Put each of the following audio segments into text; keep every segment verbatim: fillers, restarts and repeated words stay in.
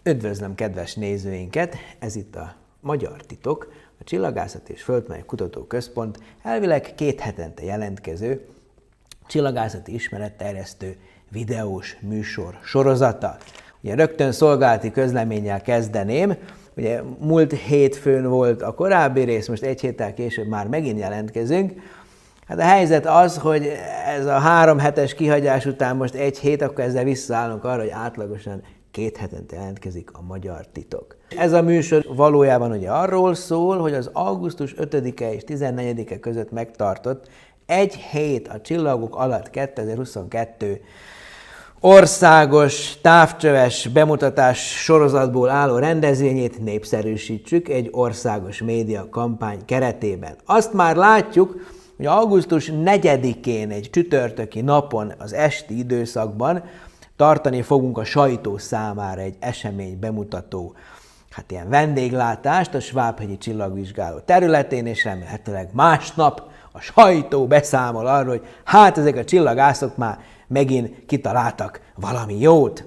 Üdvözlöm kedves nézőinket! Ez itt a Magyar Titok, a Csillagászat és Földtudományi Kutatóközpont elvileg két hetente jelentkező csillagászati ismeretterjesztő videós műsor sorozata. Ugye rögtön szolgálati közleménnyel kezdeném. Ugye múlt hétfőn volt a korábbi rész, most egy héttel később már megint jelentkezünk. Hát a helyzet az, hogy ez a három hetes kihagyás után most egy hét, akkor ezzel visszaállunk arra, hogy átlagosan két hetente jelentkezik a Magyar Titok. Ez a műsor valójában ugye arról szól, hogy az augusztus ötödike és tizennegyedike között megtartott egy hét a csillagok alatt kétezer-huszonkettő országos távcsöves bemutatás sorozatból álló rendezvényét népszerűsítsük egy országos média kampány keretében. Azt már látjuk, hogy augusztus negyedikén egy csütörtöki napon az esti időszakban tartani fogunk a sajtó számára egy esemény bemutató, hát ilyen vendéglátást a Svábhegyi csillagvizsgáló területén, és remélhetőleg másnap a sajtó beszámol arról, hogy hát ezek a csillagászok már megint kitaláltak valami jót.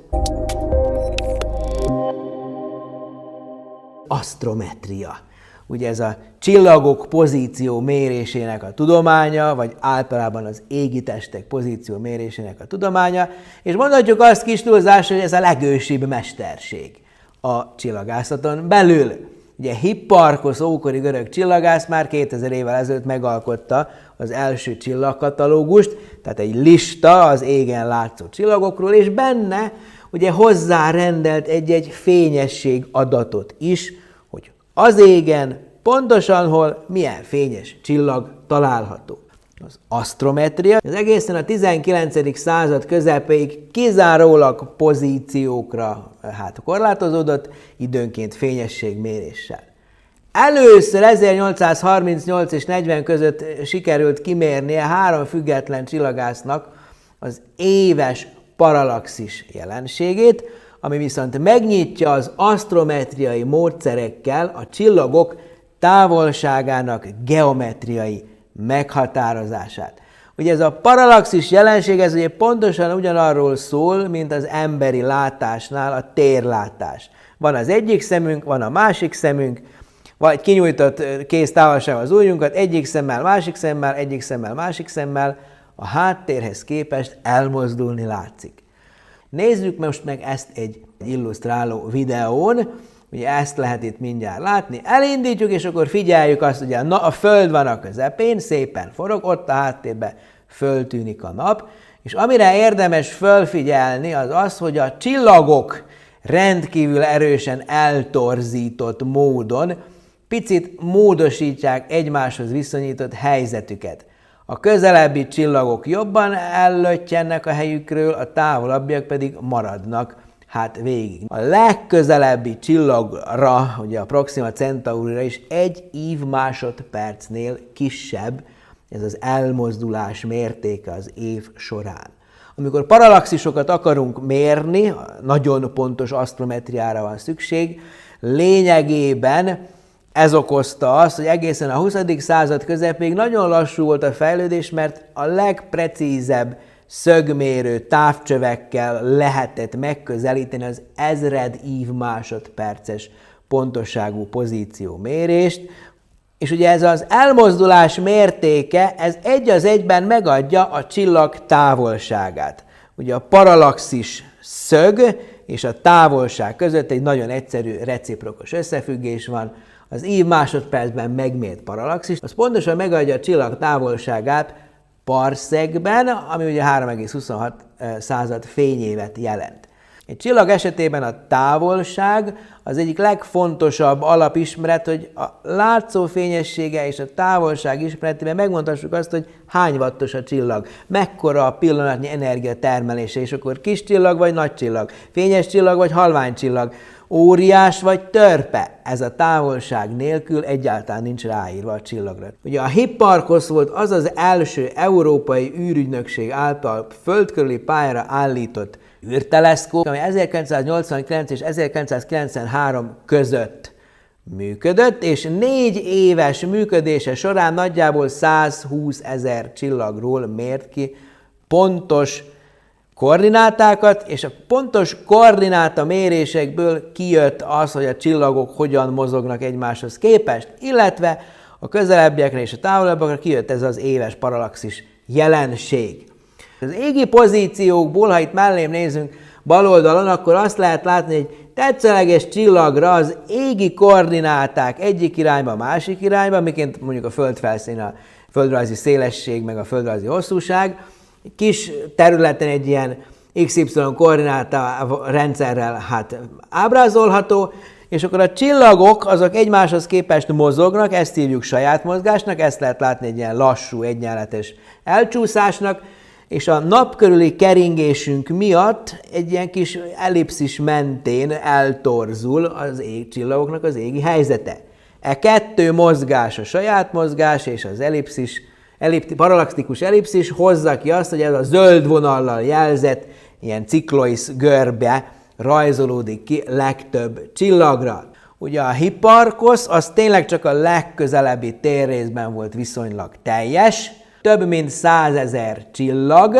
Asztrometria. Ugye ez a csillagok pozíció mérésének a tudománya, vagy általában az égitestek pozíció mérésének a tudománya, és mondhatjuk azt kis túlzásra, hogy ez a legősibb mesterség a csillagászaton belül. Ugye Hipparchosz, ókori görög csillagász már kétezer évvel ezelőtt megalkotta az első csillagkatalógust, tehát egy lista az égen látszó csillagokról, és benne ugye hozzárendelt egy-egy fényesség adatot is, hogy az égen pontosan hol milyen fényes csillag található. Az asztrometria az egészen a tizenkilencedik század közepéig kizárólag pozíciókra hát korlátozódott, időnként fényességméréssel. Először ezernyolcszázharmincnyolc és negyven között sikerült kimérnie három független csillagásznak az éves paralaxis jelenségét, ami viszont megnyitja az asztrometriai módszerekkel a csillagok távolságának geometriai meghatározását. Ugye ez a paralaxis jelenség, ez ugye pontosan ugyanarról szól, mint az emberi látásnál a térlátás. Van az egyik szemünk, van a másik szemünk, vagy kinyújtott kéz távolsággal az ujjunkat, egyik szemmel, másik szemmel, egyik szemmel, másik szemmel, a háttérhez képest elmozdulni látszik. Nézzük most meg ezt egy illusztráló videón, ugye ezt lehet itt mindjárt látni, elindítjuk, és akkor figyeljük azt, hogy a, na, a Föld van a közepén, szépen forog, ott a háttérben föltűnik a nap, és amire érdemes fölfigyelni, az az, hogy a csillagok rendkívül erősen eltorzított módon picit módosítják egymáshoz viszonyított helyzetüket. A közelebbi csillagok jobban ellöttyennek a helyükről, a távolabbiak pedig maradnak hát végig. A legközelebbi csillagra, ugye a Proxima Centaurira is egy évmásodpercnél kisebb ez az elmozdulás mértéke az év során. Amikor paralaxisokat akarunk mérni, nagyon pontos asztrometriára van szükség, lényegében ez okozta azt, hogy egészen a huszadik század közepéig nagyon lassú volt a fejlődés, mert a legprecízebb szögmérő távcsövekkel lehetett megközelíteni az ezred évmásodperces pontosságú pozíciómérést, és ugye ez az elmozdulás mértéke, ez egy az egyben megadja a csillag távolságát. Ugye a paralaxis szög és a távolság között egy nagyon egyszerű reciprokos összefüggés van. Az év másodpercben megmért paralaxis, az pontosan megadja a csillag távolságát parszegben, ami ugye három egész huszonhat század fényévet jelent. Egy csillag esetében a távolság az egyik legfontosabb alapismeret, hogy a látszó fényessége és a távolság ismeretében megmondhassuk azt, hogy hány wattos a csillag, mekkora a pillanatnyi energia termelése, és akkor kis csillag vagy nagy csillag, fényes csillag vagy halvány csillag, óriás vagy törpe. Ez a távolság nélkül egyáltalán nincs ráírva a csillagra. Ugye a Hipparchosz volt az az első európai űrügynökség által földkörüli pályára állított űrteleszkóp, ami ezerkilencszáznyolcvankilenc és ezerkilencszázkilencvenhárom között működött, és négy éves működése során nagyjából százhúszezer csillagról mért ki pontos koordinátákat, és a pontos koordináta mérésekből kijött az, hogy a csillagok hogyan mozognak egymáshoz képest, illetve a közelebbiekre és a távolabbakra kijött ez az éves paralaxis jelenség. Az égi pozíciókból, ha itt mellém nézünk bal oldalon, akkor azt lehet látni, hogy tetszőleges csillagra az égi koordináták egyik irányba, másik irányba, miként mondjuk a Föld felszín, a földrajzi szélesség, meg a földrajzi hosszúság, kis területen egy ilyen iksz ipszilon koordináta rendszerrel hát ábrázolható, és akkor a csillagok azok egymáshoz képest mozognak, ezt hívjuk saját mozgásnak, ezt lehet látni egy ilyen lassú, egyenletes elcsúszásnak, és a nap körüli keringésünk miatt egy ilyen kis ellipszis mentén eltorzul az ég, csillagoknak az égi helyzete. E kettő mozgás, a saját mozgás és az ellipszis, ellipti, paralaxtikus ellipszis hozza ki azt, hogy ez a zöld vonallal jelzett ilyen cikloisz görbe rajzolódik ki legtöbb csillagra. Ugye a Hipparkosz az tényleg csak a legközelebbi térrészben volt viszonylag teljes, több mint százezer csillag.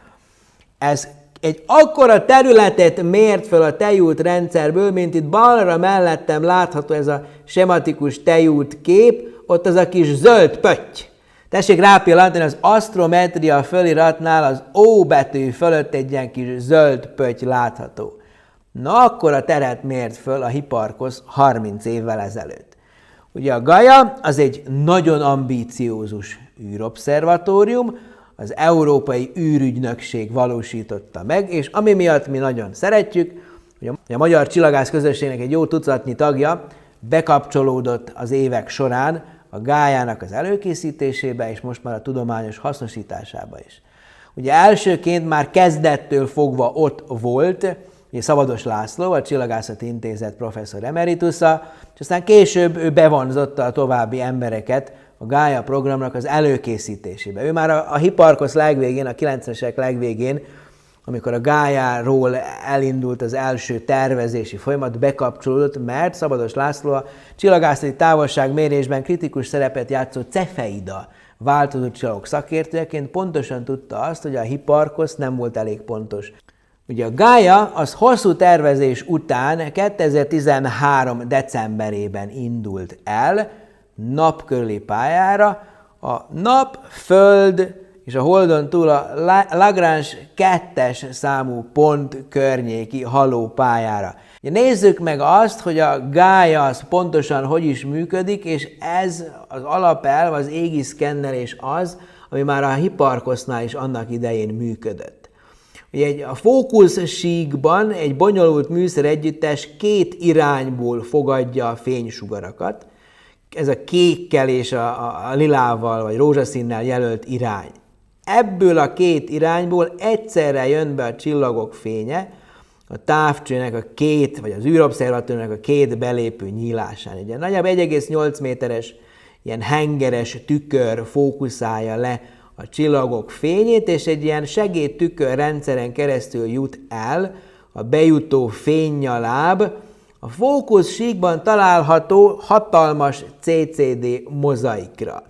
Ez egy akkora területet mért fel a tejút rendszerből, mint itt balra mellettem látható ez a sematikus tejút kép, ott az a kis zöld pötty. Tessék rápillantani, az asztrometria föliratnál az O betű fölött egy ilyen kis zöld pötty látható. Na, akkor a teret mért föl a Hipparkosz harminc évvel ezelőtt. Ugye a Gaia az egy nagyon ambíciózus űrobszervatórium, az Európai űrügynökség valósította meg, és ami miatt mi nagyon szeretjük, hogy a Magyar Csillagász Közösségnek egy jó tucatnyi tagja bekapcsolódott az évek során a Gaiának az előkészítésébe, és most már a tudományos hasznosításába is. Ugye elsőként már kezdettől fogva ott volt ugye Szabados László, a Csillagászati Intézet professzor emeritusa, és aztán később ő bevonzotta a további embereket a Gaia programnak az előkészítésébe. Ő már a, a Hipparkosz legvégén, a kilencvenesek legvégén, amikor a Gaiáról elindult az első tervezési folyamat, bekapcsolódott, mert Szabados László a csillagászati távolságmérésben kritikus szerepet játszó Cefeida változó csillagok szakértőjeként pontosan tudta azt, hogy a Hipparkosz nem volt elég pontos. Ugye a Gaia az hosszú tervezés után kétezer-tizenhárom decemberében indult el nap körüli pályára, a nap, föld és a holdon túl a Lagrange kettes számú pont környéki halópályára. Nézzük meg azt, hogy a Gaia az pontosan hogy is működik, és ez az alapelv, az égi szkennelés az, ami már a Hipparkosznál is annak idején működött. Ugye egy, a fókuszsíkban egy bonyolult műszer együttes két irányból fogadja a fénysugarakat. Ez a kékkel és a, a, a lilával vagy rózsaszínnel jelölt irány. Ebből a két irányból egyszerre jön be a csillagok fénye a távcsőnek a két, vagy az űrobszervatóriumnak a két belépő nyílásán. Ugye nagyjából egy egész nyolc méteres ilyen hengeres tükör fókuszálja le a csillagok fényét, és egy ilyen segédtükör rendszeren keresztül jut el a bejutó fénynyaláb a fókuszsíkban található hatalmas cé cé dé mozaikra.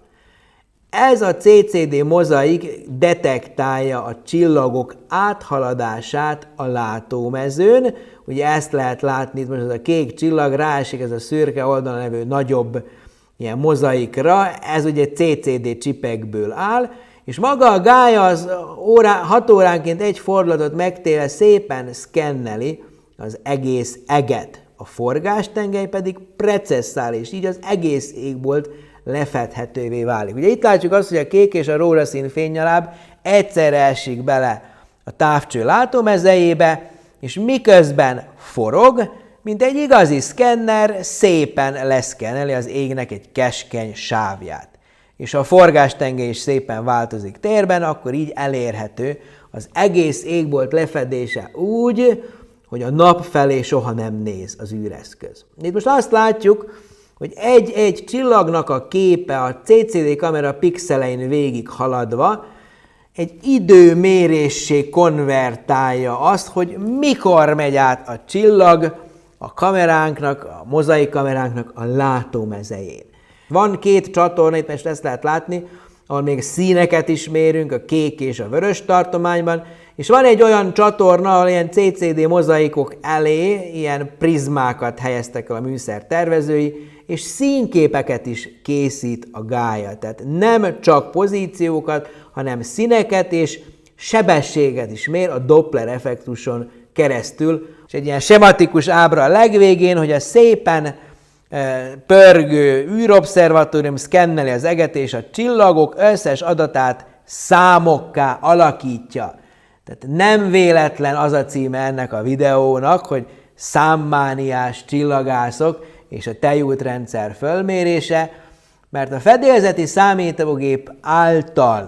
Ez a cé cé dé mozaik detektálja a csillagok áthaladását a látómezőn. Ugye ezt lehet látni, itt most ez a kék csillag ráesik ez a szürke oldalon levő nagyobb ilyen mozaikra, ez ugye cé cé dé csipekből áll, és maga a Gaia az órá, hat óránként egy fordulatot megtéve szépen szkenneli az egész eget. A forgástengely pedig precesszál, és így az egész égbolt lefedhetővé válik. Ugye itt látjuk azt, hogy a kék és a rózsaszín fénynyaláb egyszerre esik bele a távcső látómezejébe, és miközben forog, mint egy igazi szkenner, szépen leszkenneli az égnek egy keskeny sávját. És ha a forgástengely is szépen változik térben, akkor így elérhető az egész égbolt lefedése úgy, hogy a nap felé soha nem néz az űreszköz. Itt most azt látjuk, hogy egy-egy csillagnak a képe a cé cé dé kamera pixelein végig haladva egy időméréssé konvertálja azt, hogy mikor megy át a csillag a kameránknak, a mozaik kameránknak a látómezején. Van két csatorna, itt most ezt lehet látni, ahol még színeket is mérünk, a kék és a vörös tartományban, és van egy olyan csatorna, ahol ilyen cé cé dé mozaikok elé ilyen prizmákat helyeztek el a műszer tervezői, és színképeket is készít a Gaia. Tehát nem csak pozíciókat, hanem színeket és sebességet is mér a Doppler effektuson keresztül. És egy ilyen sematikus ábra a legvégén, hogy a szépen e, pörgő űrobszervatórium szkenneli az eget, és a csillagok összes adatát számokká alakítja. Tehát nem véletlen az a címe ennek a videónak, hogy számmániás csillagászok és a tejútrendszer fölmérése, mert a fedélzeti számítógép által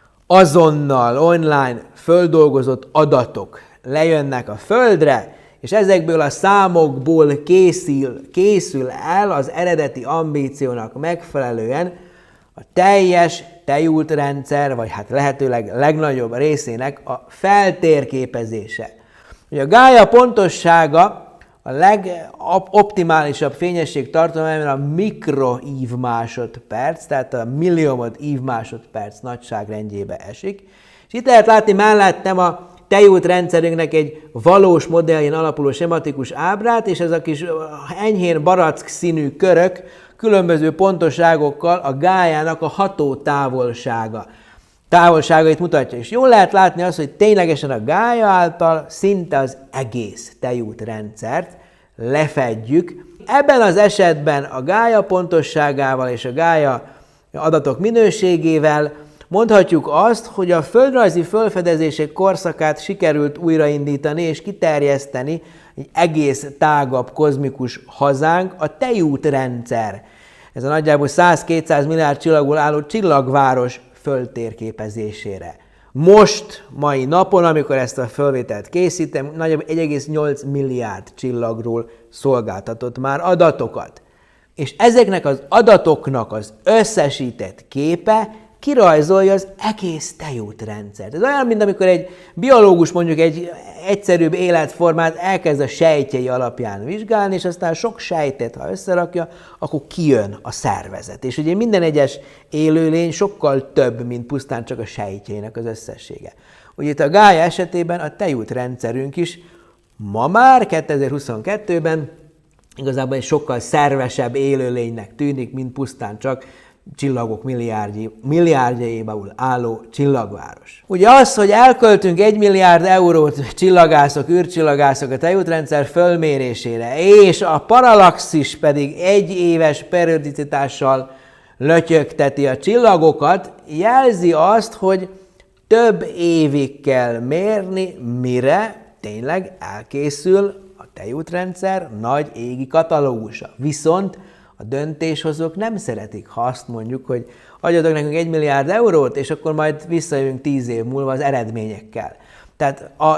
azonnal online földolgozott adatok lejönnek a Földre, és ezekből a számokból készül, készül el az eredeti ambíciónak megfelelően a teljes tejútrendszer, vagy hát lehetőleg legnagyobb részének a feltérképezése. Ugye a Gaia pontossága a legoptimálisabb fényesség tartományban a mikroív másodperc, tehát a milliomod ív másodperc nagyságrendjébe esik. És itt lehet látni mellettem a tejútrendszerünknek egy valós modelljén alapuló sematikus ábrát, és ez a kis enyhén barack színű körök különböző pontosságokkal a Gájának a hatótávolsága. Távolságait mutatja, és jól lehet látni azt, hogy ténylegesen a Gaia által szinte az egész tejútrendszert lefedjük. Ebben az esetben a Gaia pontosságával és a Gaia adatok minőségével mondhatjuk azt, hogy a földrajzi felfedezések korszakát sikerült újraindítani és kiterjeszteni egy egész tágabb kozmikus hazánk, a tejútrendszer. Ez a nagyjából száz-kétszáz milliárd csillagból álló csillagváros föltérképezésére. Most, mai napon, amikor ezt a fölvételt készítem, nagyjából egy egész nyolc milliárd csillagról szolgáltatott már adatokat. És ezeknek az adatoknak az összesített képe kirajzolja az egész tejútrendszert. Ez olyan, mint amikor egy biológus mondjuk egy egyszerűbb életformát elkezd a sejtjei alapján vizsgálni, és aztán sok sejtet, ha összerakja, akkor kijön a szervezet. És ugye minden egyes élőlény sokkal több, mint pusztán csak a sejtjeinek az összessége. Ugye itt a Gaia esetében a tejútrendszerünk is ma már kétezer-huszonkettőben igazából egy sokkal szervesebb élőlénynek tűnik, mint pusztán csak csillagok milliárdjai, milliárdjaiból álló csillagváros. Ugye az, hogy elköltünk egy milliárd eurót csillagászok, űrcsillagászok a tejútrendszer fölmérésére, és a paralaxis pedig egy éves periodicitással lötyögteti a csillagokat, jelzi azt, hogy több évig kell mérni, mire tényleg elkészül a tejútrendszer nagy égi katalógusa. Viszont a döntéshozók nem szeretik, ha azt mondjuk, hogy adjatok nekünk egy milliárd eurót, és akkor majd visszajövünk tíz év múlva az eredményekkel. Tehát a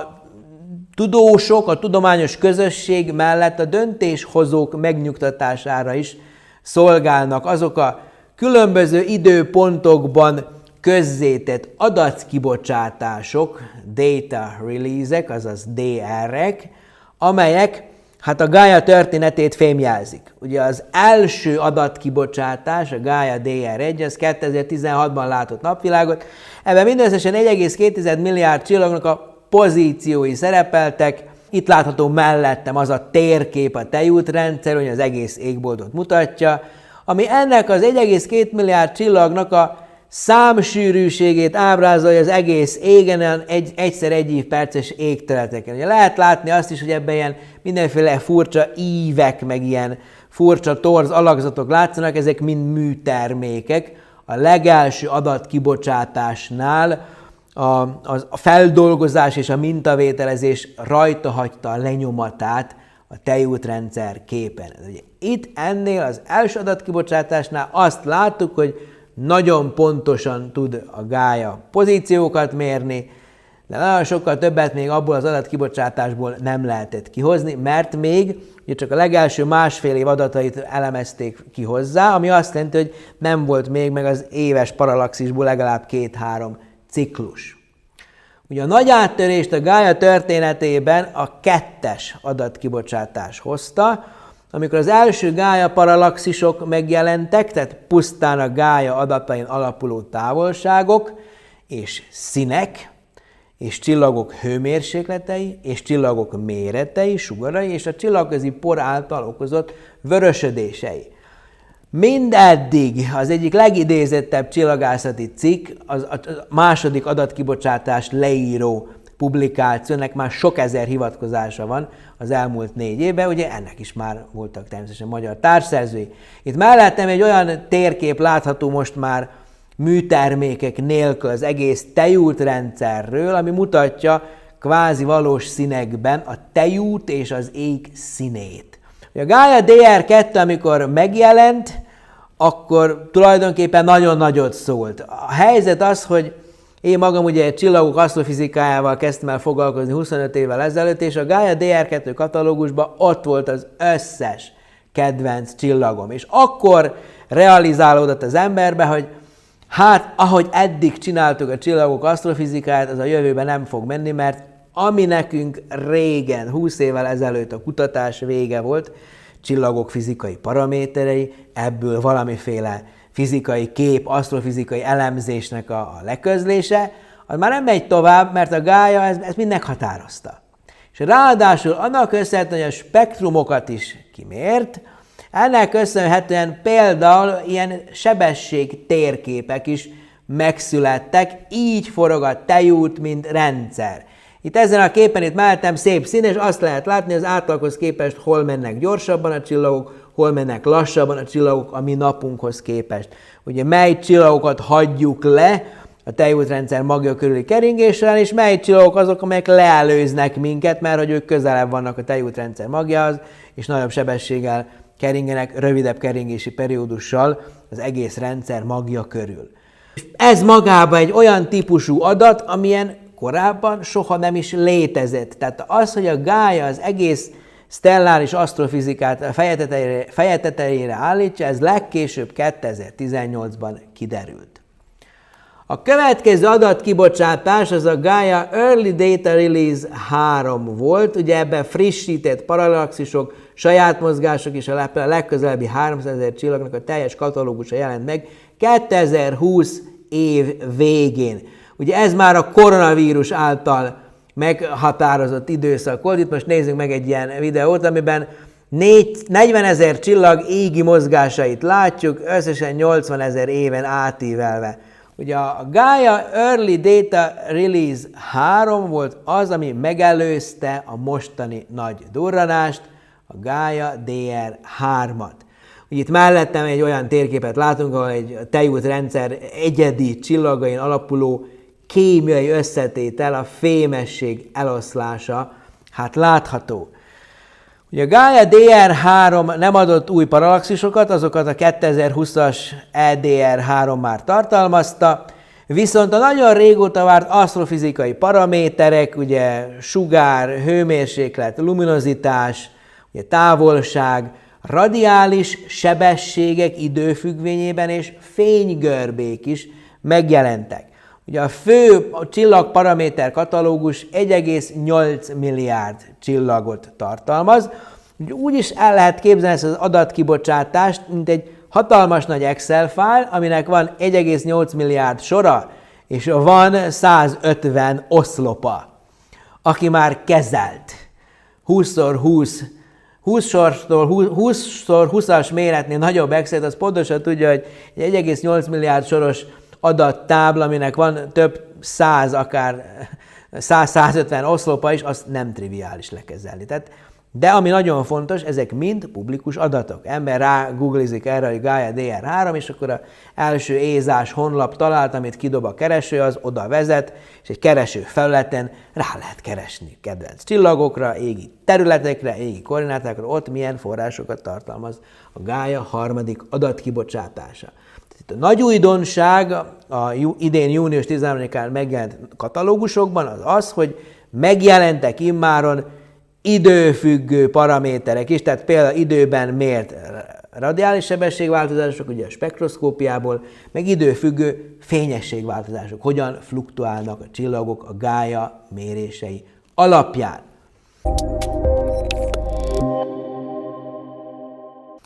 tudósok, a tudományos közösség mellett a döntéshozók megnyugtatására is szolgálnak azok a különböző időpontokban közzétett adatkibocsátások, data release-ek, azaz dé er-ek, amelyek hát a Gaia történetét fémjelzik. Ugye az első adatkibocsátás, a Gaia dé er egy, az kétezer-tizenhatban látott napvilágot. Ebben mindösszesen egy egész két milliárd csillagnak a pozíciói szerepeltek. Itt látható mellettem az a térkép a tejútrendszer, hogy az egész égboltot mutatja, ami ennek az egy egész két milliárd csillagnak a számsűrűségét ábrázolja az egész égen, egy, egyszer egy év perces égterületeken. Ugye lehet látni azt is, hogy ebben ilyen mindenféle furcsa ívek, meg ilyen furcsa torz alakzatok látszanak, ezek mind műtermékek. A legelső adatkibocsátásnál a, a feldolgozás és a mintavételezés rajta hagyta a lenyomatát a tejútrendszer képen. Ugye itt ennél az első adatkibocsátásnál azt láttuk, hogy nagyon pontosan tud a Gaia pozíciókat mérni, de nagyon sokkal többet még abból az adatkibocsátásból nem lehetett kihozni, mert még ugye csak a legelső másfél év adatait elemezték ki hozzá, ami azt jelenti, hogy nem volt még meg az éves paralaxisból legalább két-három ciklus. Ugye a nagy áttörést a Gaia történetében a kettes adatkibocsátás hozta, amikor az első Gaia paralaxisok megjelentek, tehát pusztán a Gaia adatain alapuló távolságok és színek, és csillagok hőmérsékletei, és csillagok méretei, sugarai, és a csillagközi por által okozott vörösödései. Mindeddig az egyik legidézettebb csillagászati cikk, az a második adatkibocsátást leíró publikáció, ennek már sok ezer hivatkozása van az elmúlt négy évben, ugye ennek is már voltak természetesen magyar társszerzői. Itt mellettem egy olyan térkép látható most már műtermékek nélkül az egész tejútrendszerről, ami mutatja kvázi valós színekben a tejút és az ég színét. A Gaia dé er kettő, amikor megjelent, akkor tulajdonképpen nagyon nagyot szólt. A helyzet az, hogy én magam ugye csillagok asztrofizikájával kezdtem el foglalkozni huszonöt évvel ezelőtt, és a Gaia dé er kettő katalógusban ott volt az összes kedvenc csillagom. És akkor realizálódott az emberbe, hogy hát, ahogy eddig csináltuk a csillagok asztrofizikáját, az a jövőben nem fog menni, mert ami nekünk régen, húsz évvel ezelőtt a kutatás vége volt, csillagok fizikai paraméterei, ebből valamiféle fizikai kép, asztrofizikai elemzésnek a, a leközlése, az már nem megy tovább, mert a Gaia ezt, ezt mind meghatározta. És ráadásul annak köszönhetően, hogy a spektrumokat is kimért, ennek köszönhetően például ilyen sebesség térképek is megszülettek, így forog a tejút, mint rendszer. Itt ezen a képen itt mellettem szép szín, és azt lehet látni, az átlaghoz képest hol mennek gyorsabban a csillagok, hol mennek lassabban a csillagok a mi napunkhoz képest. Ugye mely csillagokat hagyjuk le a tejútrendszer magja körüli keringéssel, és mely csillagok azok, amelyek leelőznek minket, mert hogy ők közelebb vannak a tejútrendszer magjához, és nagyobb sebességgel keringenek, rövidebb keringési periódussal az egész rendszer magja körül. Ez magában egy olyan típusú adat, amilyen korábban soha nem is létezett. Tehát az, hogy a Gaia az egész stelláris asztrofizikát a feje tetejére állítja, ez legkésőbb kétezer-tizennyolcban kiderült. A következő adatkibocsátás az a Gaia Early Data Release három volt, ugye ebben frissített paralaxisok, saját mozgások és a legközelebbi háromszázezer csillagnak a teljes katalógusa jelent meg kétezer-húsz év végén. Ugye ez már a koronavírus által meghatározott időszak volt. Itt most nézzük meg egy ilyen videót, amiben negyvenezer csillag égi mozgásait látjuk, összesen nyolcvanezer éven átívelve. Ugye a Gaia Early Data Release három volt az, ami megelőzte a mostani nagy durranást, a Gaia dé er hármat. Ugye itt mellettem egy olyan térképet látunk, ahol egy tejútrendszer egyedi csillagain alapuló kémiai összetétel, a fémesség eloszlása, hát látható. Ugye a Gaia dé er három nem adott új paralaxisokat, azokat a kétezer-húszas e dé er három már tartalmazta, viszont a nagyon régóta várt asztrofizikai paraméterek, ugye sugár, hőmérséklet, luminozitás, ugye távolság, radiális sebességek időfüggvényében és fénygörbék is megjelentek. Ugye a fő a csillagparaméter katalógus egy egész nyolc milliárd csillagot tartalmaz. Úgy is el lehet képzelni ezt az adatkibocsátást, mint egy hatalmas nagy Excel fájl, aminek van egy egész nyolc milliárd sora, és van százötven oszlopa, aki már kezelt húsz szor húsz húsz szor húszas méretnél nagyobb Excel-t, az pontosan tudja, hogy egy egy egész nyolc milliárd soros adattábla, aminek van több száz, akár száz-százötven oszlopa is, azt nem triviális lekezelni. Tehát, de ami nagyon fontos, ezek mind publikus adatok. Ember rá googlizik erre, hogy Gaia dé er három, és akkor az első ézás honlap talált, amit kidob a kereső, az oda vezet, és egy kereső felületen rá lehet keresni kedvenc csillagokra, égi területekre, égi koordinátákra, ott milyen forrásokat tartalmaz a Gaia harmadik adatkibocsátása. A nagy újdonság a idén június tizenharmadikán megjelent katalógusokban az az, hogy megjelentek immáron időfüggő paraméterek is, tehát például időben mért radiális sebességváltozások, ugye a spektroszkópiából, meg időfüggő fényességváltozások, hogyan fluktuálnak a csillagok a Gaia mérései alapján.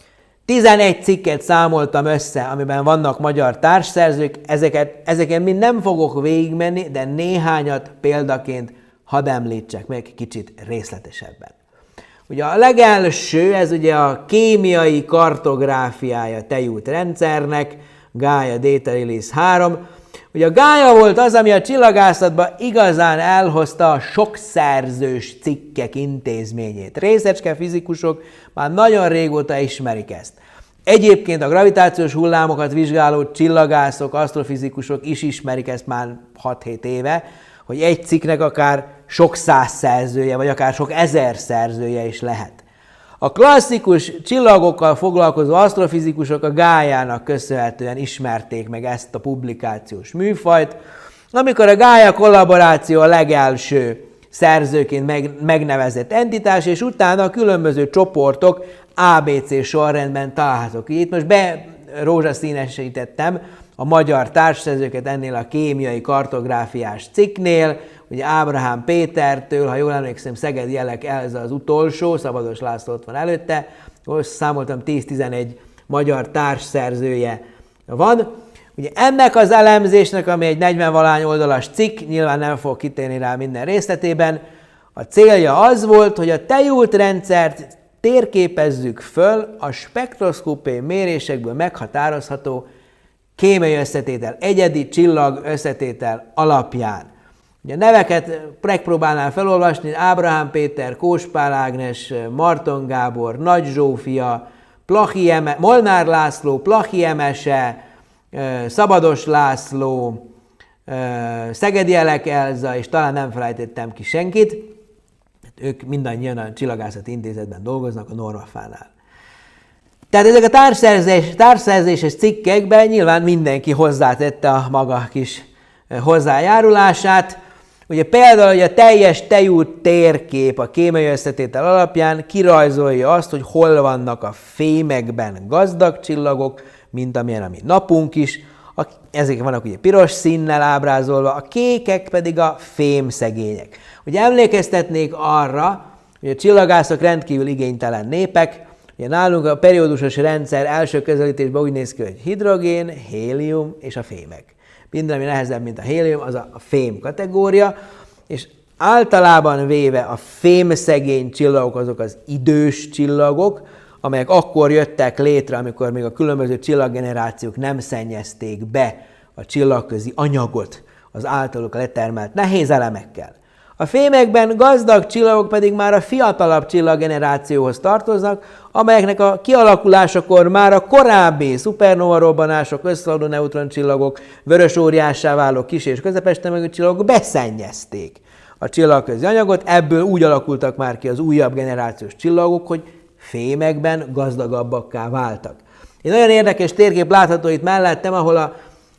tizenegy cikket számoltam össze, amiben vannak magyar társszerzők, ezeket, ezeken mind nem fogok végigmenni, de néhányat példaként hadd említsek meg kicsit részletesebben. Ugye a legelső, ez ugye a kémiai kartográfiája tejútrendszernek, Gaia Data Release három. Ugye a Gaia volt az, ami a csillagászatban igazán elhozta a sokszerzős cikkek intézményét. Részecske fizikusok már nagyon régóta ismerik ezt. Egyébként a gravitációs hullámokat vizsgáló csillagászok, asztrofizikusok is ismerik ezt már hat-hét éve, hogy egy cikknek akár sok száz szerzője, vagy akár sok ezer szerzője is lehet. A klasszikus csillagokkal foglalkozó asztrofizikusok a Gaia-nak köszönhetően ismerték meg ezt a publikációs műfajt, amikor a Gaia kollaboráció a legelső szerzőként meg, megnevezett entitás, és utána a különböző csoportok á bé cé sorrendben találhatók. Itt most be rózsaszínesítettem a magyar társszerzőket ennél a kémiai kartográfiás cikknél, ugye Ábrahám Pétertől, ha jól emlékszem, Szegedi Elek Elza az utolsó, Szabados László ott van előtte, most számoltam tíz-tizenegy magyar társszerzője van. Ugye ennek az elemzésnek, ami egy negyven-valahány oldalas cikk, nyilván nem fog kitérni rá minden részletében, a célja az volt, hogy a tejútrendszert térképezzük föl a spektroszkópiai mérésekből meghatározható kémiai összetétel, egyedi csillag összetétel alapján. Ugye a neveket megpróbálnám felolvasni: Ábrahám Péter, Kóspál Ágnes, Marton Gábor, Nagy Zsófia, Plachi Eme, Molnár László, Plachi Emese, Szabados László, Szegedi Elek Elza, és talán nem felejtettem ki senkit. Ők mindannyian a Csillagászati Intézetben dolgoznak, a Normafánál. Tehát ezek a társszerzés, társszerzéses cikkekben nyilván mindenki hozzátette a maga kis hozzájárulását. Ugye például, hogy a teljes tejút térkép a kémiai összetétel alapján kirajzolja azt, hogy hol vannak a fémekben gazdag csillagok, mint amilyen a mi napunk is. A, ezek vannak ugye piros színnel ábrázolva, a kékek pedig a fémszegények. Ugye emlékeztetnék arra, hogy a csillagászok rendkívül igénytelen népek. Ugye nálunk a periódusos rendszer első közelítésben úgy néz ki, hogy hidrogén, hélium és a fémek. Minden, ami nehezebb, mint a hélium, az a fém kategória, és általában véve a fémszegény csillagok azok az idős csillagok, amelyek akkor jöttek létre, amikor még a különböző csillaggenerációk nem szennyezték be a csillagközi anyagot az általuk letermelt nehéz elemekkel. A fémekben gazdag csillagok pedig már a fiatalabb csillaggenerációhoz tartoznak, amelyeknek a kialakulásakor már a korábbi szupernova robbanások, összeadó neutroncsillagok, vörös óriássá váló kis és közepes tömegű csillagok beszennyezték a csillagközi anyagot, ebből úgy alakultak már ki az újabb generációs csillagok, hogy fémekben gazdagabbakká váltak. Egy nagyon érdekes térkép látható itt mellettem, ahol a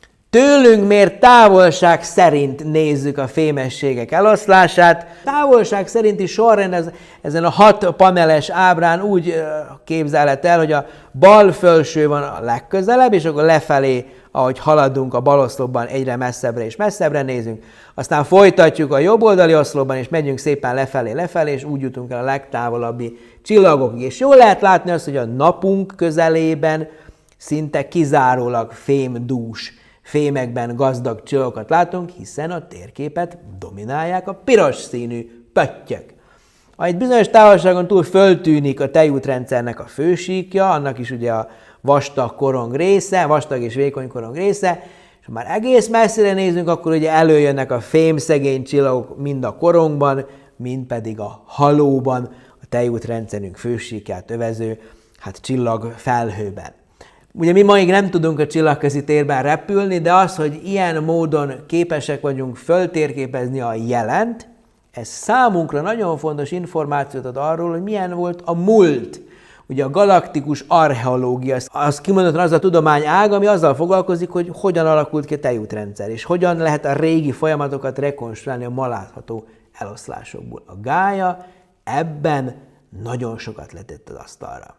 tőlünk mért távolság szerint nézzük a fémességek eloszlását. Távolság szerinti sorrend ez, ezen a hat paneles ábrán úgy képzelhet el, hogy a bal felső van a legközelebb, és akkor lefelé, ahogy haladunk a bal oszlopban, egyre messzebbre és messzebbre nézünk. Aztán folytatjuk a jobb oldali oszlopban, és megyünk szépen lefelé, lefelé, és úgy jutunk el a legtávolabbi csillagokig. És jól lehet látni azt, hogy a napunk közelében szinte kizárólag fémdús, fémekben gazdag csillagokat látunk, hiszen a térképet dominálják a piros színű pöttyök. Ha egy bizonyos távolságon túl föltűnik a tejútrendszernek a fősíkja, annak is ugye a vastag korong része, vastag és vékony korong része, és ha már egész messzire nézünk, akkor ugye előjönnek a fémszegény csillagok mind a korongban, mind pedig a halóban, a tejútrendszerünk fősíkját övező hát csillag felhőben. Ugye mi maig nem tudunk a csillagközi térben repülni, de az, hogy ilyen módon képesek vagyunk föltérképezni a jelent, ez számunkra nagyon fontos információt ad arról, hogy milyen volt a múlt. Ugye a galaktikus archeológia, az kimondottan az a tudományág, ami azzal foglalkozik, hogy hogyan alakult ki a tejútrendszer, és hogyan lehet a régi folyamatokat rekonstruálni a ma látható eloszlásokból. A Gaia ebben nagyon sokat letett az asztalra.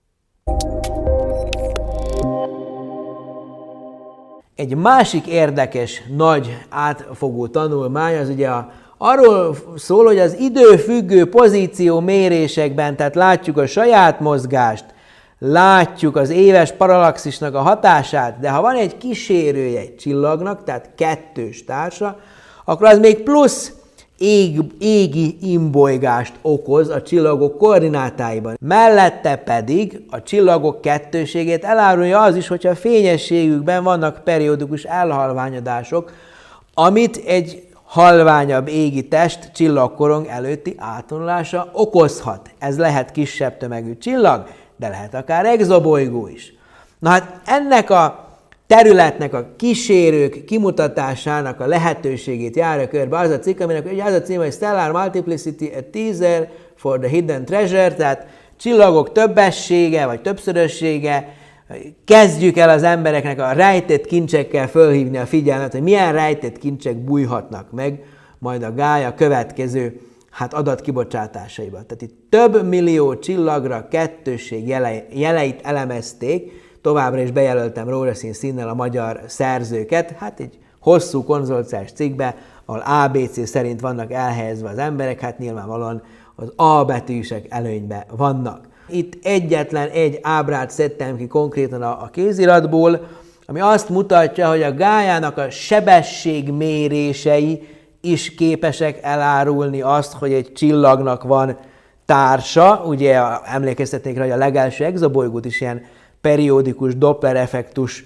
Egy másik érdekes, nagy, átfogó tanulmány az ugye a, arról szól, hogy az időfüggő pozíció mérésekben, tehát látjuk a saját mozgást, látjuk az éves paralaxisnak a hatását, de ha van egy kísérője egy csillagnak, tehát kettős társa, akkor az még plusz ég, égi imbolygást okoz a csillagok koordinátáiban. Mellette pedig a csillagok kettőségét elárulja az is, hogyha a fényességükben vannak periódikus elhalványodások, amit egy halványabb égi test csillagkorong előtti átvonulása okozhat. Ez lehet kisebb tömegű csillag, de lehet akár exobolygó is. Na hát ennek a területnek a kísérők kimutatásának a lehetőségét járja körbe az a cikk, aminek ugye az a címe, hogy Stellar Multiplicity, a Teaser for the Hidden Treasure, tehát csillagok többessége vagy többszörössége. Kezdjük el az embereknek a rejtett kincsekkel fölhívni a figyelmet, hogy milyen rejtett kincsek bújhatnak meg majd a Gaia következő hát adatkibocsátásaiban. Tehát itt több millió csillagra kettősség jele, jeleit elemezték, továbbra is bejelöltem rózsaszín színnel a magyar szerzőket, hát egy hosszú konzorciás cikkbe, ahol á bé cé szerint vannak elhelyezve az emberek, hát nyilvánvalóan az A betűsek előnyben vannak. Itt egyetlen egy ábrát szedtem ki konkrétan a, a kéziratból, ami azt mutatja, hogy a Gájának a sebességmérései is képesek elárulni azt, hogy egy csillagnak van társa. Ugye emlékeztetnék rá, hogy a legelső exobolygót is ilyen periódikus Doppler-effektus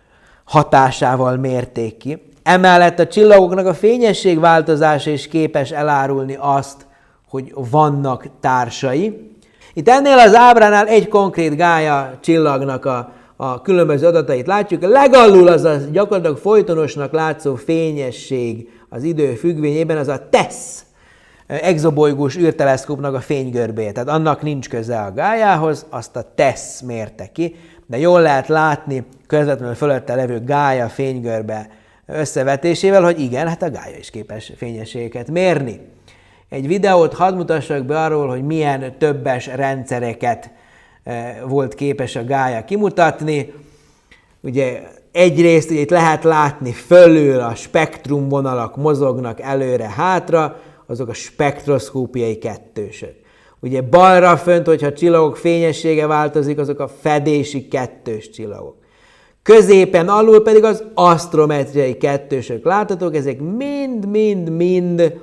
hatásával mérték ki. Emellett a csillagoknak a fényesség változása is képes elárulni azt, hogy vannak társai. Itt ennél az ábránál egy konkrét Gaia csillagnak a, a különböző adatait látjuk. Legalul az a gyakorlatilag folytonosnak látszó fényesség az idő függvényében, az a TESS exobolygós űrteleszkópnak a fénygörbéje. Tehát annak nincs köze a Gaiához, azt a TESS mérte ki, de jól lehet látni közvetlenül fölötte levő Gaia fénygörbe összevetésével, hogy igen, hát a Gaia is képes fényességeket mérni. Egy videót hadd mutassak be arról, hogy milyen többes rendszereket volt képes a Gaia kimutatni. Ugye egyrészt ugye itt lehet látni fölül a spektrumvonalak mozognak előre-hátra, azok a spektroszkópiai kettősök. Ugye balra fönt, hogyha a csillagok fényessége változik, azok a fedési kettős csillagok. Középen alul pedig az asztrometriai kettősök láthatók, ezek mind-mind-mind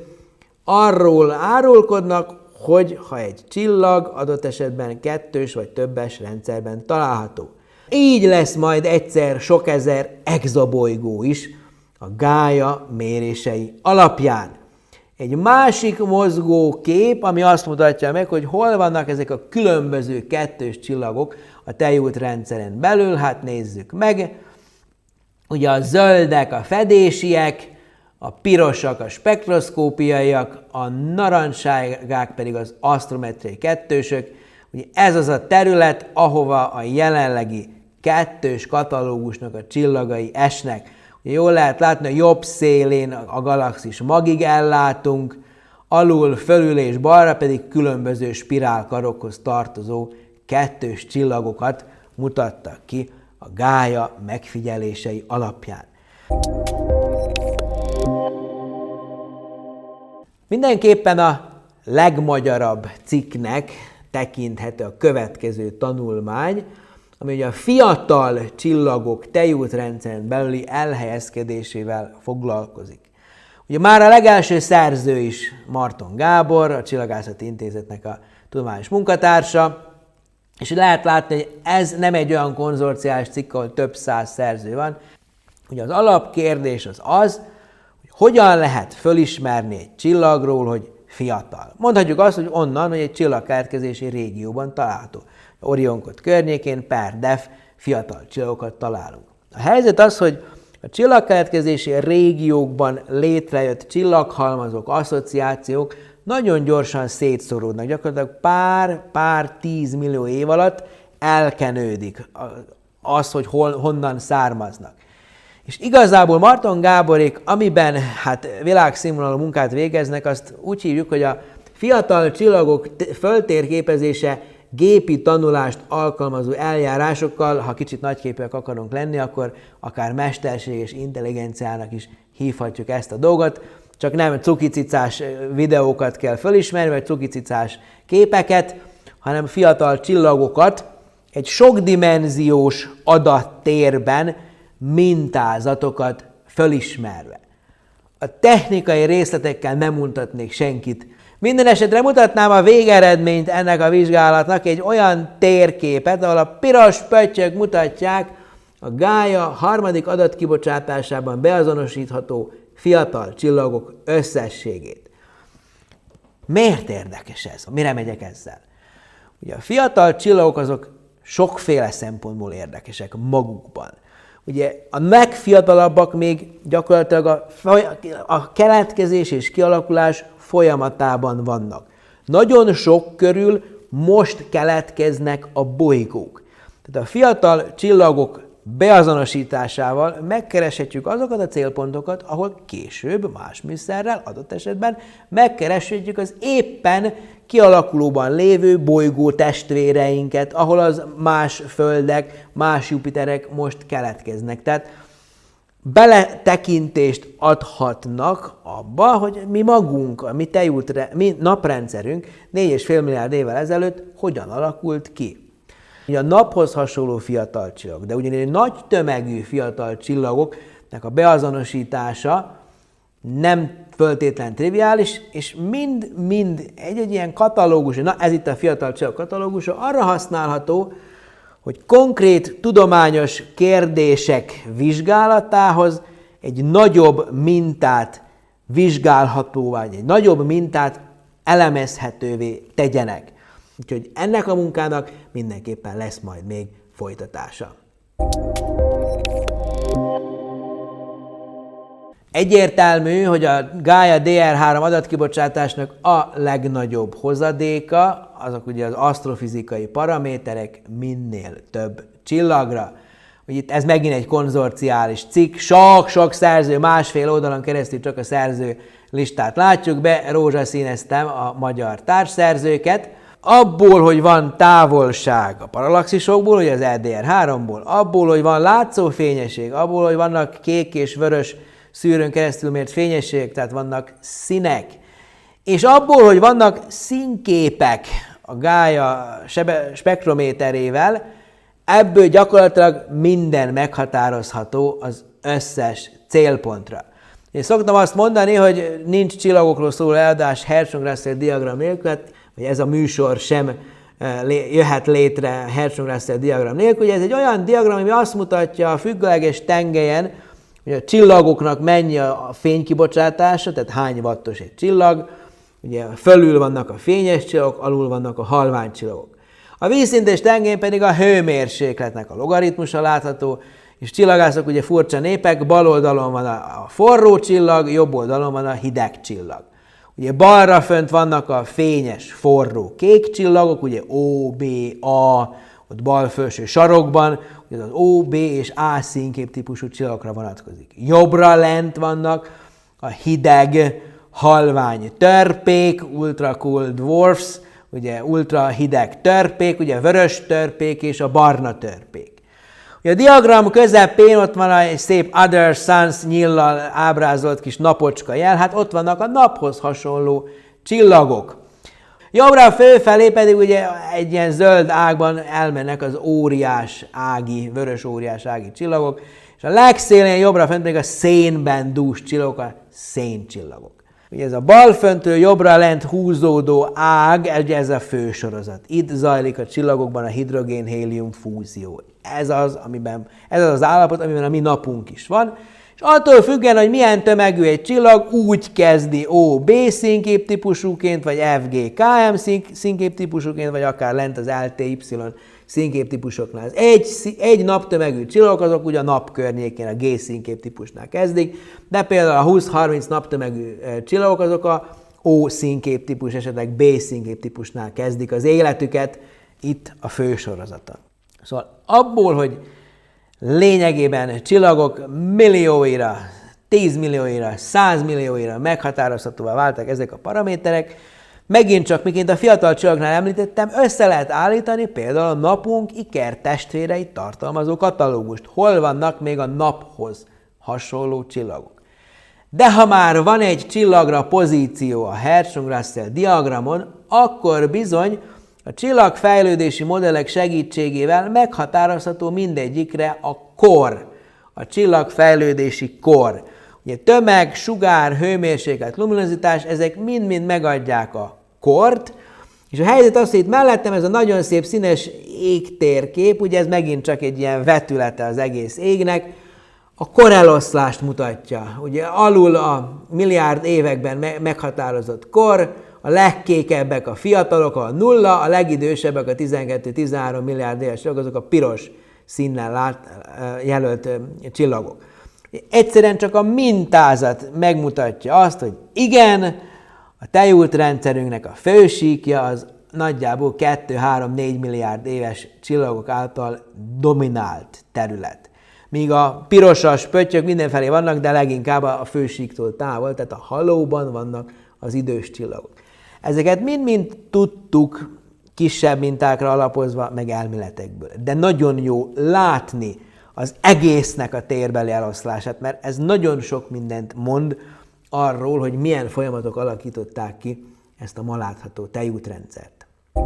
arról árulkodnak, hogy ha egy csillag adott esetben kettős vagy többes rendszerben található. Így lesz majd egyszer sok ezer exobolygó is a Gaia mérései alapján. Egy másik mozgó kép, ami azt mutatja meg, hogy hol vannak ezek a különböző kettős csillagok a tejútrendszeren belül, hát nézzük meg. Ugye a zöldek a fedésiek, a pirosak a spektroszkópiaiak, a narancssárgák pedig az asztrometriai kettősök. Ugye ez az a terület, ahova a jelenlegi kettős katalógusnak a csillagai esnek. Ugye jól lehet látni, a jobb szélén a galaxis magig ellátunk, alul, fölül és balra pedig különböző spirálkarokhoz tartozó kettős csillagokat mutattak ki a Gaia megfigyelései alapján. Mindenképpen a legmagyarabb cikknek tekinthető a következő tanulmány, ami ugye a fiatal csillagok tejútrendszeren belüli elhelyezkedésével foglalkozik. Ugye már a legelső szerző is Marton Gábor, a Csillagászati Intézetnek a tudományos munkatársa, és lehet látni, hogy ez nem egy olyan konzorciális cikk, ahol több száz szerző van. Ugye az alapkérdés az az, hogy hogyan lehet fölismerni egy csillagról, hogy fiatal. Mondhatjuk azt, hogy onnan, hogy egy csillagkeletkezési régióban található. Orionkot környékén per def fiatal csillagokat találunk. A helyzet az, hogy a csillagkeletkezési régiókban létrejött csillaghalmazok, asszociációk nagyon gyorsan szétszóródnak. Gyakorlatilag pár-pár tízmillió év alatt elkenődik az, hogy hol, honnan származnak. És igazából Marton Gáborék, amiben hát világszínvonalú munkát végeznek, azt úgy hívjuk, hogy a fiatal csillagok föltérképezése gépi tanulást alkalmazó eljárásokkal, ha kicsit nagyképűek akarunk lenni, akkor akár mesterséges intelligenciának is hívhatjuk ezt a dolgot, csak nem cukicicás videókat kell fölismerni, vagy cukicicás képeket, hanem fiatal csillagokat egy sokdimenziós adattérben mintázatokat fölismerve. A technikai részletekkel nem mutatnék senkit. Minden esetre mutatnám a végeredményt ennek a vizsgálatnak, egy olyan térképet, ahol a piros pöttyök mutatják a Gaia harmadik adatkibocsátásában beazonosítható fiatal csillagok összességét. Miért érdekes ez? Mire megyek ezzel? Ugye a fiatal csillagok azok sokféle szempontból érdekesek magukban. Ugye a legfiatalabbak még gyakorlatilag a, a keletkezés és kialakulás folyamatában vannak. Nagyon sok körül most keletkeznek a bolygók. Tehát a fiatal csillagok beazonosításával megkereshetjük azokat a célpontokat, ahol később más műszerrel, adott esetben megkereshetjük az éppen kialakulóban lévő bolygó testvéreinket, ahol az más földek, más Jupiterek most keletkeznek. Tehát beletekintést adhatnak abba, hogy mi magunk, a mi tejútre, mi naprendszerünk négy és fél milliárd évvel ezelőtt hogyan alakult ki. A naphoz hasonló fiatal csillag, de ugyanígy nagy tömegű fiatal csillagoknak a beazonosítása nem föltétlen triviális, és mind-mind egy-egy ilyen katalógus, na ez itt a fiatal csillag katalógusa, arra használható, hogy konkrét tudományos kérdések vizsgálatához egy nagyobb mintát vizsgálhatóvá, vagy egy nagyobb mintát elemezhetővé tegyenek. Úgyhogy ennek a munkának mindenképpen lesz majd még folytatása. Egyértelmű, hogy a Gaia dé er három adatkibocsátásnak a legnagyobb hozadéka, azok ugye az asztrofizikai paraméterek minél több csillagra. Ugye itt ez megint egy konzorciális cikk, sok-sok szerző, másfél oldalon keresztül csak a szerző listát látjuk be, rózsaszíneztem a magyar társszerzőket. Abból, hogy van távolság a paralaxisokból, ugye az e dé er háromból, abból, hogy van látszófényesség, abból, hogy vannak kék és vörös szűrőn keresztül mért fényességek, tehát vannak színek, és abból, hogy vannak színképek a Gaia spektrométerével, ebből gyakorlatilag minden meghatározható az összes célpontra. Én szoktam azt mondani, hogy nincs csillagokról szóló előadás Hertzsprung-Russell diagram nélkül, hogy ez a műsor sem jöhet létre Hertzsprung-Russell diagram nélkül. Ugye ez egy olyan diagram, ami azt mutatja a függőleges tengelyen, hogy a csillagoknak mennyi a fénykibocsátása, tehát hány wattos egy csillag, ugye fölül vannak a fényes csillagok, alul vannak a halvány csillagok. A vízszintes tengelyén pedig a hőmérsékletnek a logaritmusa látható, és csillagászok ugye furcsa népek, bal oldalon van a forró csillag, jobb oldalon van a hideg csillag. Ugye balra fönt vannak a fényes, forró kék csillagok, ugye O, B, A, ott bal felső sarokban, ugye az O, B és A színkép típusú csillagokra vonatkozik. Jobbra lent vannak a hideg, halvány törpék, ultra cool dwarfs, ugye ultra hideg törpék, ugye vörös törpék és a barna törpék. Ugye a diagram közepén ott van egy szép Other Suns nyíllal ábrázolt kis napocska jel, hát ott vannak a naphoz hasonló csillagok. Jobbra fölfelé pedig ugye egy ilyen zöld ágban elmennek az óriás ági, vörös óriás ági csillagok, és a legszélén jobbra fent pedig a szénben dús csillagok, a széncsillagok. Ugye ez a bal föntről jobbra lent húzódó ág, ugye ez a fősorozat. Itt zajlik a csillagokban a hidrogén-hélium fúzió. Ez az, amiben, ez az az állapot, amiben a mi napunk is van. És attól függően, hogy milyen tömegű egy csillag, úgy kezdi O B színkép típusúként, vagy F G K M színkép típusúként, vagy akár lent az L T Y színkép típusoknál. Egy, egy naptömegű csillagok azok ugye a nap környékén a G színkép típusnál kezdik, de például a húsz-harminc naptömegű csillagok azok a O színkép típus, esetleg B színkép típusnál kezdik az életüket, itt a fősorozata. Szóval abból, hogy lényegében csillagok millióira, tízmillióira, százmillióira meghatározhatóvá váltak ezek a paraméterek, megint csak, miként a fiatal csillagnál említettem, össze lehet állítani például a napunk ikertestvéreit tartalmazó katalógust. Hol vannak még a naphoz hasonló csillagok. De ha már van egy csillagra pozíció a Hertzsprung-Russell diagramon, akkor bizony A csillagfejlődési modellek segítségével meghatározható mindegyikre a kor, a csillagfejlődési kor. Ugye tömeg, sugár, hőmérséklet, luminozitás, ezek mind-mind megadják a kort, és a helyzet az, hogy itt mellettem ez a nagyon szép színes égtérkép, ugye ez megint csak egy ilyen vetülete az egész égnek, a koreloszlást mutatja. Ugye alul a milliárd években meghatározott kor, a legkékebbek a fiatalok, a nulla, a legidősebbek a tizenkettő-tizenhárom milliárd éves csillagok, azok a piros színnel lát, jelölt csillagok. Egyszerűen csak a mintázat megmutatja azt, hogy igen, a tejútrendszerünknek a fősíkja az nagyjából kettő-három-négy milliárd éves csillagok által dominált terület. Míg a pirosas pöttyök mindenfelé vannak, de leginkább a fősíktól távol, tehát a halóban vannak az idős csillagok. Ezeket mind-mind tudtuk kisebb mintákra alapozva, meg elméletekből. De nagyon jó látni az egésznek a térbeli eloszlását, mert ez nagyon sok mindent mond arról, hogy milyen folyamatok alakították ki ezt a ma látható tejútrendszert.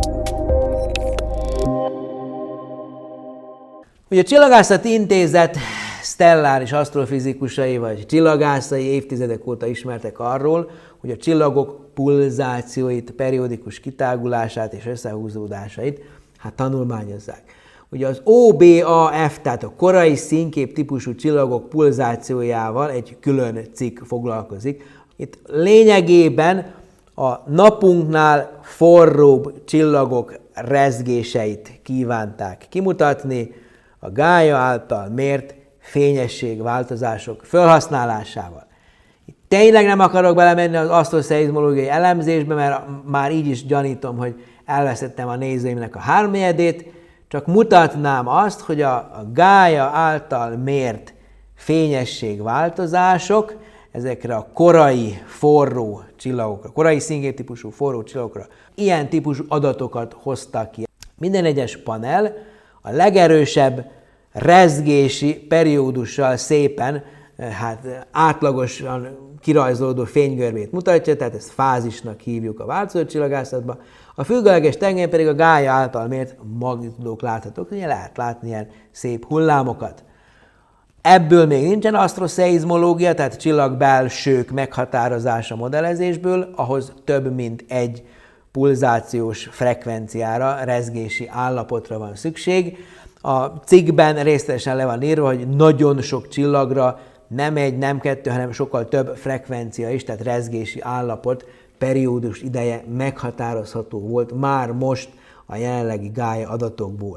Ugye a Csillagászati Intézet sztelláris asztrofizikusai vagy csillagászai évtizedek óta ismertek arról, hogy a csillagok pulzációit, periódikus kitágulását és összehúzódásait hát tanulmányozzák. Ugye az o bé á ef, tehát a korai színkép típusú csillagok pulzációjával egy külön cikk foglalkozik. Itt lényegében a napunknál forróbb csillagok rezgéseit kívánták kimutatni a Gaia által mért fényességváltozások felhasználásával. Itt tényleg nem akarok belemenni az asztroszeizmológiai elemzésbe, mert már így is gyanítom, hogy elveszettem a nézőimnek a háromnegyedét, csak mutatnám azt, hogy a, a Gaia által mért fényességváltozások ezekre a korai forró csillagokra, korai színkép típusú forró csillagokra ilyen típusú adatokat hoztak ki. Minden egyes panel a legerősebb rezgési periódussal szépen, hát átlagosan kirajzolódó fénygörbét mutatja, tehát ezt fázisnak hívjuk a változó csillagászatban. A függőleges tengelyen pedig a Gaia által mért magnitudók láthatók, ugye lehet látni ilyen szép hullámokat. Ebből még nincsen asztroszeizmológia, tehát csillagbelsők meghatározása modellezésből, ahhoz több mint egy pulzációs frekvenciára, rezgési állapotra van szükség. A cikkben részletesen le van írva, hogy nagyon sok csillagra nem egy, nem kettő, hanem sokkal több frekvencia is, tehát rezgési állapot, periódus ideje meghatározható volt már most a jelenlegi Gaia adatokból.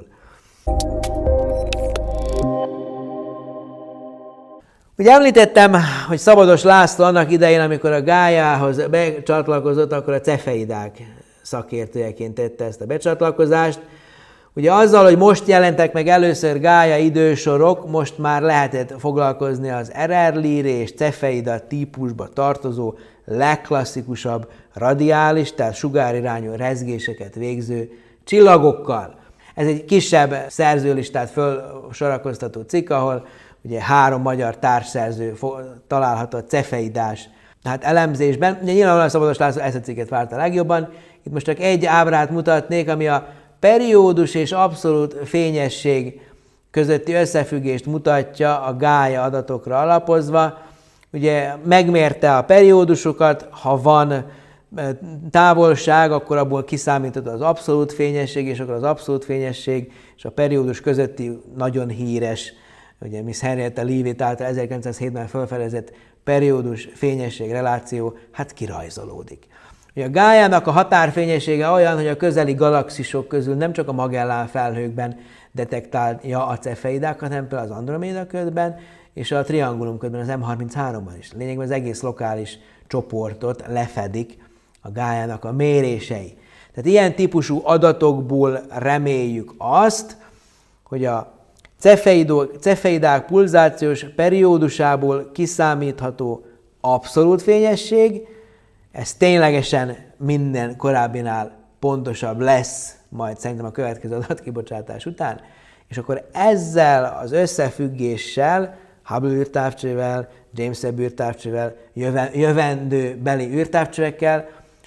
Ugye említettem, hogy Szabados László annak idején, amikor a Gaiához becsatlakozott, akkor a cefeidák szakértőjeként tette ezt a becsatlakozást. Ugye azzal, hogy most jelentek meg először Gaia idősorok, most már lehetett foglalkozni az er er Lyrae és cefeida típusba tartozó legklasszikusabb radiális, tehát sugárirányú rezgéseket végző csillagokkal. Ez egy kisebb szerzőlistát felsorakoztató cikk, ahol ugye három magyar társszerző található a cefeidás hát elemzésben. Ugye nyilvánvalóan Szabados László ezt a cikket várta legjobban. Itt most csak egy ábrát mutatnék, ami a periódus és abszolút fényesség közötti összefüggést mutatja a Gaia adatokra alapozva. Ugye megmérte a periódusokat, ha van távolság, akkor abból kiszámítható az abszolút fényesség, és akkor az abszolút fényesség és a periódus közötti nagyon híres, ugye Miss Henrietta Leavitt által ezerkilencszázhétben felfedezett periódus fényesség reláció, hát kirajzolódik. Ugye a Gaiának a határfényessége olyan, hogy a közeli galaxisok közül nem csak a Magellán felhőkben detektálja a cefeidákat, hanem például az Androméda ködben és a Triangulum ködben, az em harminchárom-ban is. Lényegben az egész lokális csoportot lefedik a Gaiának a mérései. Tehát ilyen típusú adatokból reméljük azt, hogy a cefeidák pulzációs periódusából kiszámítható abszolút fényesség, ez ténylegesen minden korábbinál pontosabb lesz majd szerintem a következő adatkibocsátás után, és akkor ezzel az összefüggéssel, Hubble űrtávcsővel, James Webb űrtávcsővel, jöven, jövendő beli űrtávcsövekkel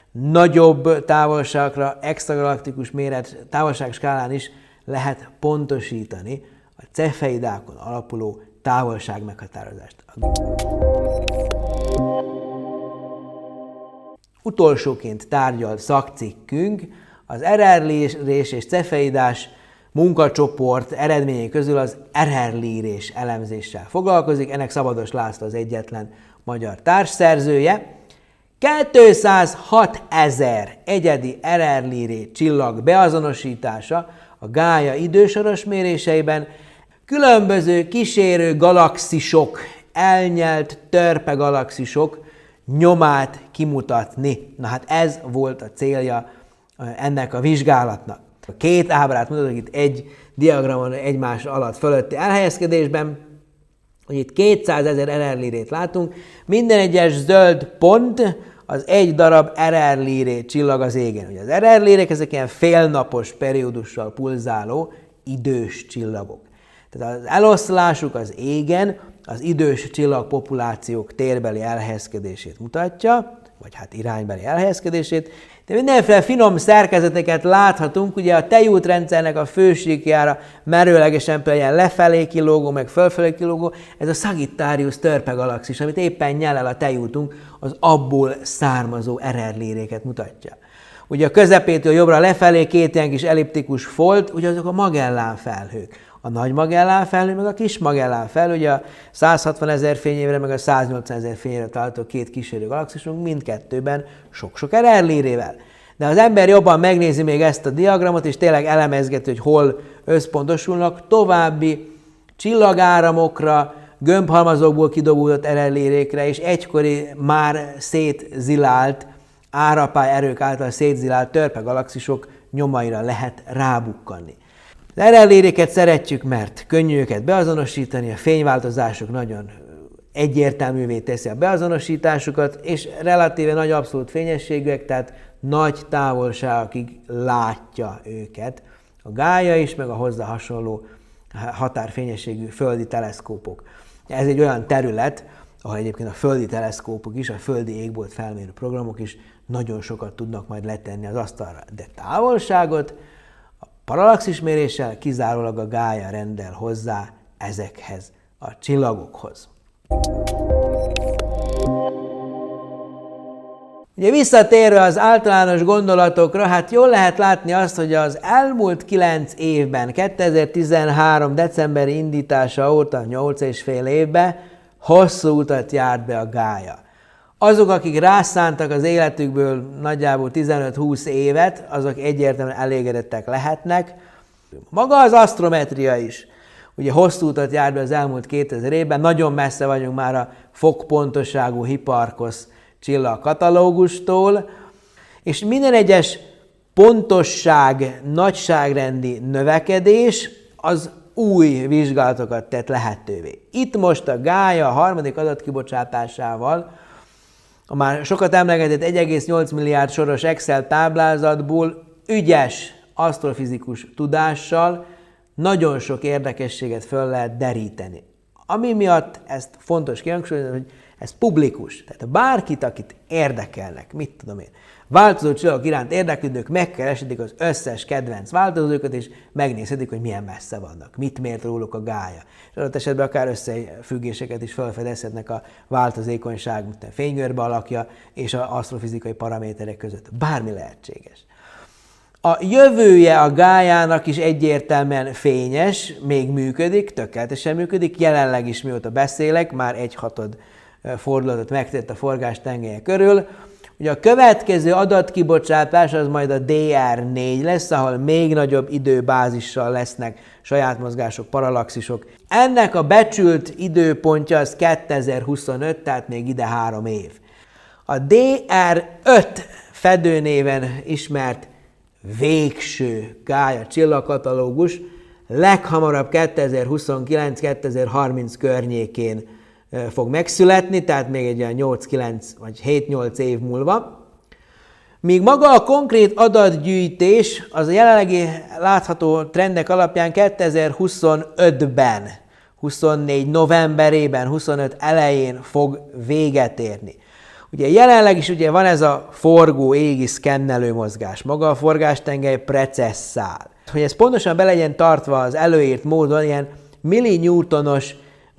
nagyobb távolságokra, extragalaktikus méret távolságskálán is lehet pontosítani a cefeidákon alapuló távolság meghatározást. Utolsóként tárgyalt szakcikkünk az er er-lérés és cefeidás munkacsoport eredményei közül az er er-lérés elemzéssel foglalkozik. Ennek Szabados László az egyetlen magyar társszerzője. kétszázhatezer egyedi er er-léré csillag beazonosítása a Gája idősoros méréseiben különböző kísérő galaxisok, elnyelt törpe galaxisok nyomát kimutatni. Na hát ez volt a célja ennek a vizsgálatnak. A két ábrát mutatok itt egy diagramon egymás alatt fölötti elhelyezkedésben, hogy itt kétszázezer er er-lérét látunk, minden egyes zöld pont az egy darab er er-léré csillag az égen. Ugye az er er-lérék ezek ilyen félnapos periódussal pulzáló idős csillagok. Tehát az eloszlásuk az égen az idős csillagpopulációk térbeli elhelyezkedését mutatja, vagy hát iránybeli elhelyezkedését. De mindenféle finom szerkezeteket láthatunk, ugye a tejútrendszernek a fősíkjára merőlegesen például ilyen lefelé kilógó, meg fölfelé kilógó, ez a Sagittarius törpe galaxis, amit éppen nyel el a tejútunk, az abból származó er er-léréket mutatja. Ugye a közepétől jobbra lefelé két ilyen kis elliptikus folt, ugye azok a Magellán felhők. A nagy Magellán felhő, meg a kis Magellán felhő, ugye a százhatvanezer fényévre, meg a száznyolcvanezer fényévre található két kísérő galaxisunk, mindkettőben sok-sok er er-lérével. De az ember jobban megnézi még ezt a diagramot, és tényleg elemezgető, hogy hol összpontosulnak további csillagáramokra, gömbhalmazokból kidobódott er er-lérékre, és egykori már szétzilált, árapály erők által szétzilált törpe galaxisok nyomaira lehet rábukkanni. Az er er-léréket szeretjük, mert könnyű őket beazonosítani, a fényváltozások nagyon egyértelművé teszi a beazonosításukat, és relatíve nagy abszolút fényességűek, tehát nagy távolságig látja őket a Gája is, meg a hozzá hasonló határfényességű földi teleszkópok. Ez egy olyan terület, ahol egyébként a földi teleszkópok is, a földi égbolt felmérő programok is nagyon sokat tudnak majd letenni az asztalra. De távolságot a paralaxisméréssel kizárólag a Gája rendel hozzá ezekhez a csillagokhoz. Ugye visszatérve az általános gondolatokra, hát jól lehet látni azt, hogy az elmúlt kilenc évben, kétezer-tizenhárom decemberi indítása óta, nyolc és fél évben hosszú utat járt be a Gája. Azok, akik rászántak az életükből nagyjából tizenöt-húsz évet, azok egyértelműen elégedettek lehetnek. Maga az asztrometria is ugye hosszú utat járt be az elmúlt kétezer évben, nagyon messze vagyunk már a fokpontosságú Hipparcos csillagkatalógustól, és minden egyes pontosság, nagyságrendi növekedés az új vizsgálatokat tett lehetővé. Itt most a Gája harmadik adatkibocsátásával a már sokat emlegetett egy egész nyolc milliárd soros Excel táblázatból ügyes asztrofizikus tudással nagyon sok érdekességet föl lehet deríteni. Ami miatt ezt fontos kihangsúlyozni, hogy ez publikus. Tehát bárkit, akit érdekelnek, mit tudom én, változó csillagok iránt érdeklődők megkereshetik az összes kedvenc változókat, és megnézhetik, hogy milyen messze vannak, mit mért róluk a Gája. És adott esetben akár összefüggéseket is felfedezhetnek a változékonyság, mint a fénygörbe alakja és az asztrofizikai paraméterek között. Bármi lehetséges. A jövője a Gájának is egyértelműen fényes, még működik, tökéletesen működik, jelenleg is mióta beszélek, már egy hatod fordulatot megtett a forgás tengelye körül. Ugye a következő adatkibocsátás az majd a dé er négy lesz, ahol még nagyobb időbázissal lesznek saját mozgások, paralaxisok. Ennek a becsült időpontja az kétezer-huszonöt, tehát még ide három év. A dé er öt fedőnéven ismert végső Gája csillagkatalógus leghamarabb kétezer-huszonkilenc kétezer-harminc környékén fog megszületni, tehát még egy olyan nyolc-kilenc vagy hét-nyolc év múlva. Míg maga a konkrét adatgyűjtés az a jelenlegi látható trendek alapján kétezer-huszonötben, huszonnégy novemberében, huszonöt elején fog véget érni. Ugye jelenleg is ugye van ez a forgó égi szkennelő mozgás, maga a forgástengely precesszál. Hogy ez pontosan be legyen tartva az előírt módon, ilyen millinewtonos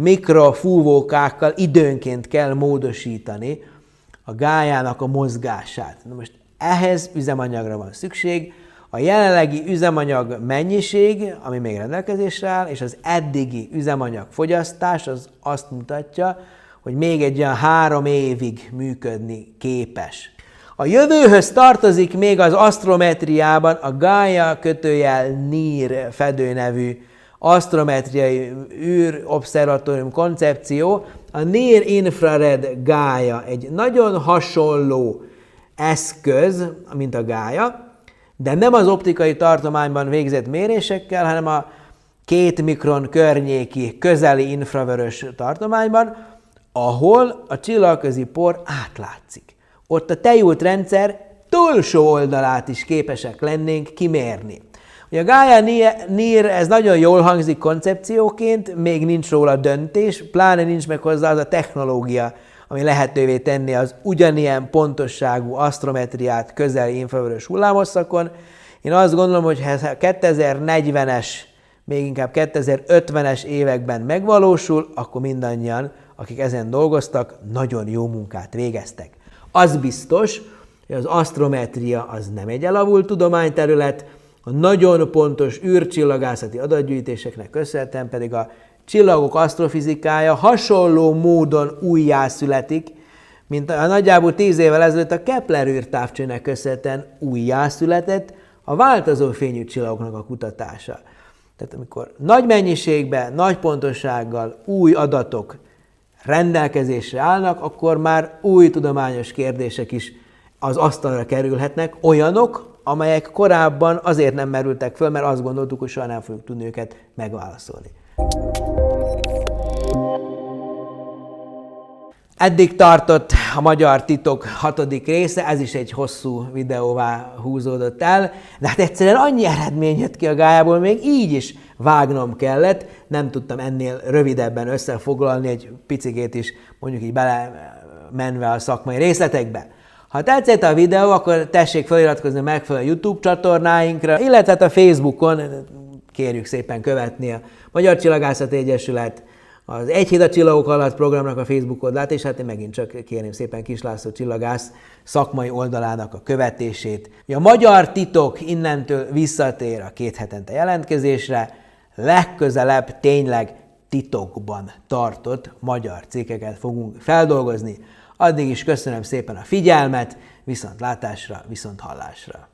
mikrofúvókákkal időnként kell módosítani a gályának a mozgását. Na most ehhez üzemanyagra van szükség. A jelenlegi üzemanyag mennyiség, ami még rendelkezésre áll, és az eddigi üzemanyag fogyasztás az azt mutatja, hogy még egy olyan három évig működni képes. A jövőhöz tartozik még az asztrometriában a Gaia kötőjel NIR fedő nevű asztrometriai űrobszervatórium koncepció. A NIR Infrared Gaia egy nagyon hasonló eszköz, mint a Gaia, de nem az optikai tartományban végzett mérésekkel, hanem a két mikron környéki közeli infravörös tartományban, ahol a csillagközi por átlátszik. Ott a tejút rendszer túlsó oldalát is képesek lennénk kimérni. Ugye a Gaia NIR, ez nagyon jól hangzik koncepcióként, még nincs róla döntés, pláne nincs meg hozzá az a technológia, ami lehetővé tenni az ugyanilyen pontosságú asztrometriát közeli infravörös hullámhosszakon. Én azt gondolom, hogy ha a kétezer-negyvenes, még inkább kétezer-ötvenes években megvalósul, akkor mindannyian, akik ezen dolgoztak, nagyon jó munkát végeztek. Az biztos, hogy az asztrometria az nem egy elavult tudományterület, a nagyon pontos űrcsillagászati adatgyűjtéseknek köszönhetően pedig a csillagok asztrofizikája hasonló módon újjászületik, mint a nagyjából tíz évvel ezelőtt a Kepler űrtávcsőnek köszönhetően újjászületett a változó fényű csillagoknak a kutatása. Tehát amikor nagy mennyiségben, nagy pontossággal új adatok rendelkezésre állnak, akkor már új tudományos kérdések is az asztalra kerülhetnek, olyanok, amelyek korábban azért nem merültek föl, mert azt gondoltuk, hogy soha nem fogjuk tudni őket megválaszolni. Eddig tartott a Magyar Titok hatodik része, ez is egy hosszú videóvá húzódott el, de hát egyszerűen annyi eredmény jött ki a Gaiából, még így is vágnom kellett, nem tudtam ennél rövidebben összefoglalni, egy picikét is mondjuk így belemenve a szakmai részletekbe. Ha tetszett a videó, akkor tessék feliratkozni a megfelelő YouTube csatornáinkra, illetve a Facebookon kérjük szépen követni a Magyar Csillagászati Egyesület, az Egy hét a csillagok alatt programnak a Facebook oldalát, és hát én megint csak kérném szépen Kis László csillagász szakmai oldalának a követését. A Magyar Titok innentől visszatér a két hetente jelentkezésre, legközelebb tényleg titokban tartott magyar cikkeket fogunk feldolgozni. Addig is köszönöm szépen a figyelmet, viszontlátásra, viszonthallásra!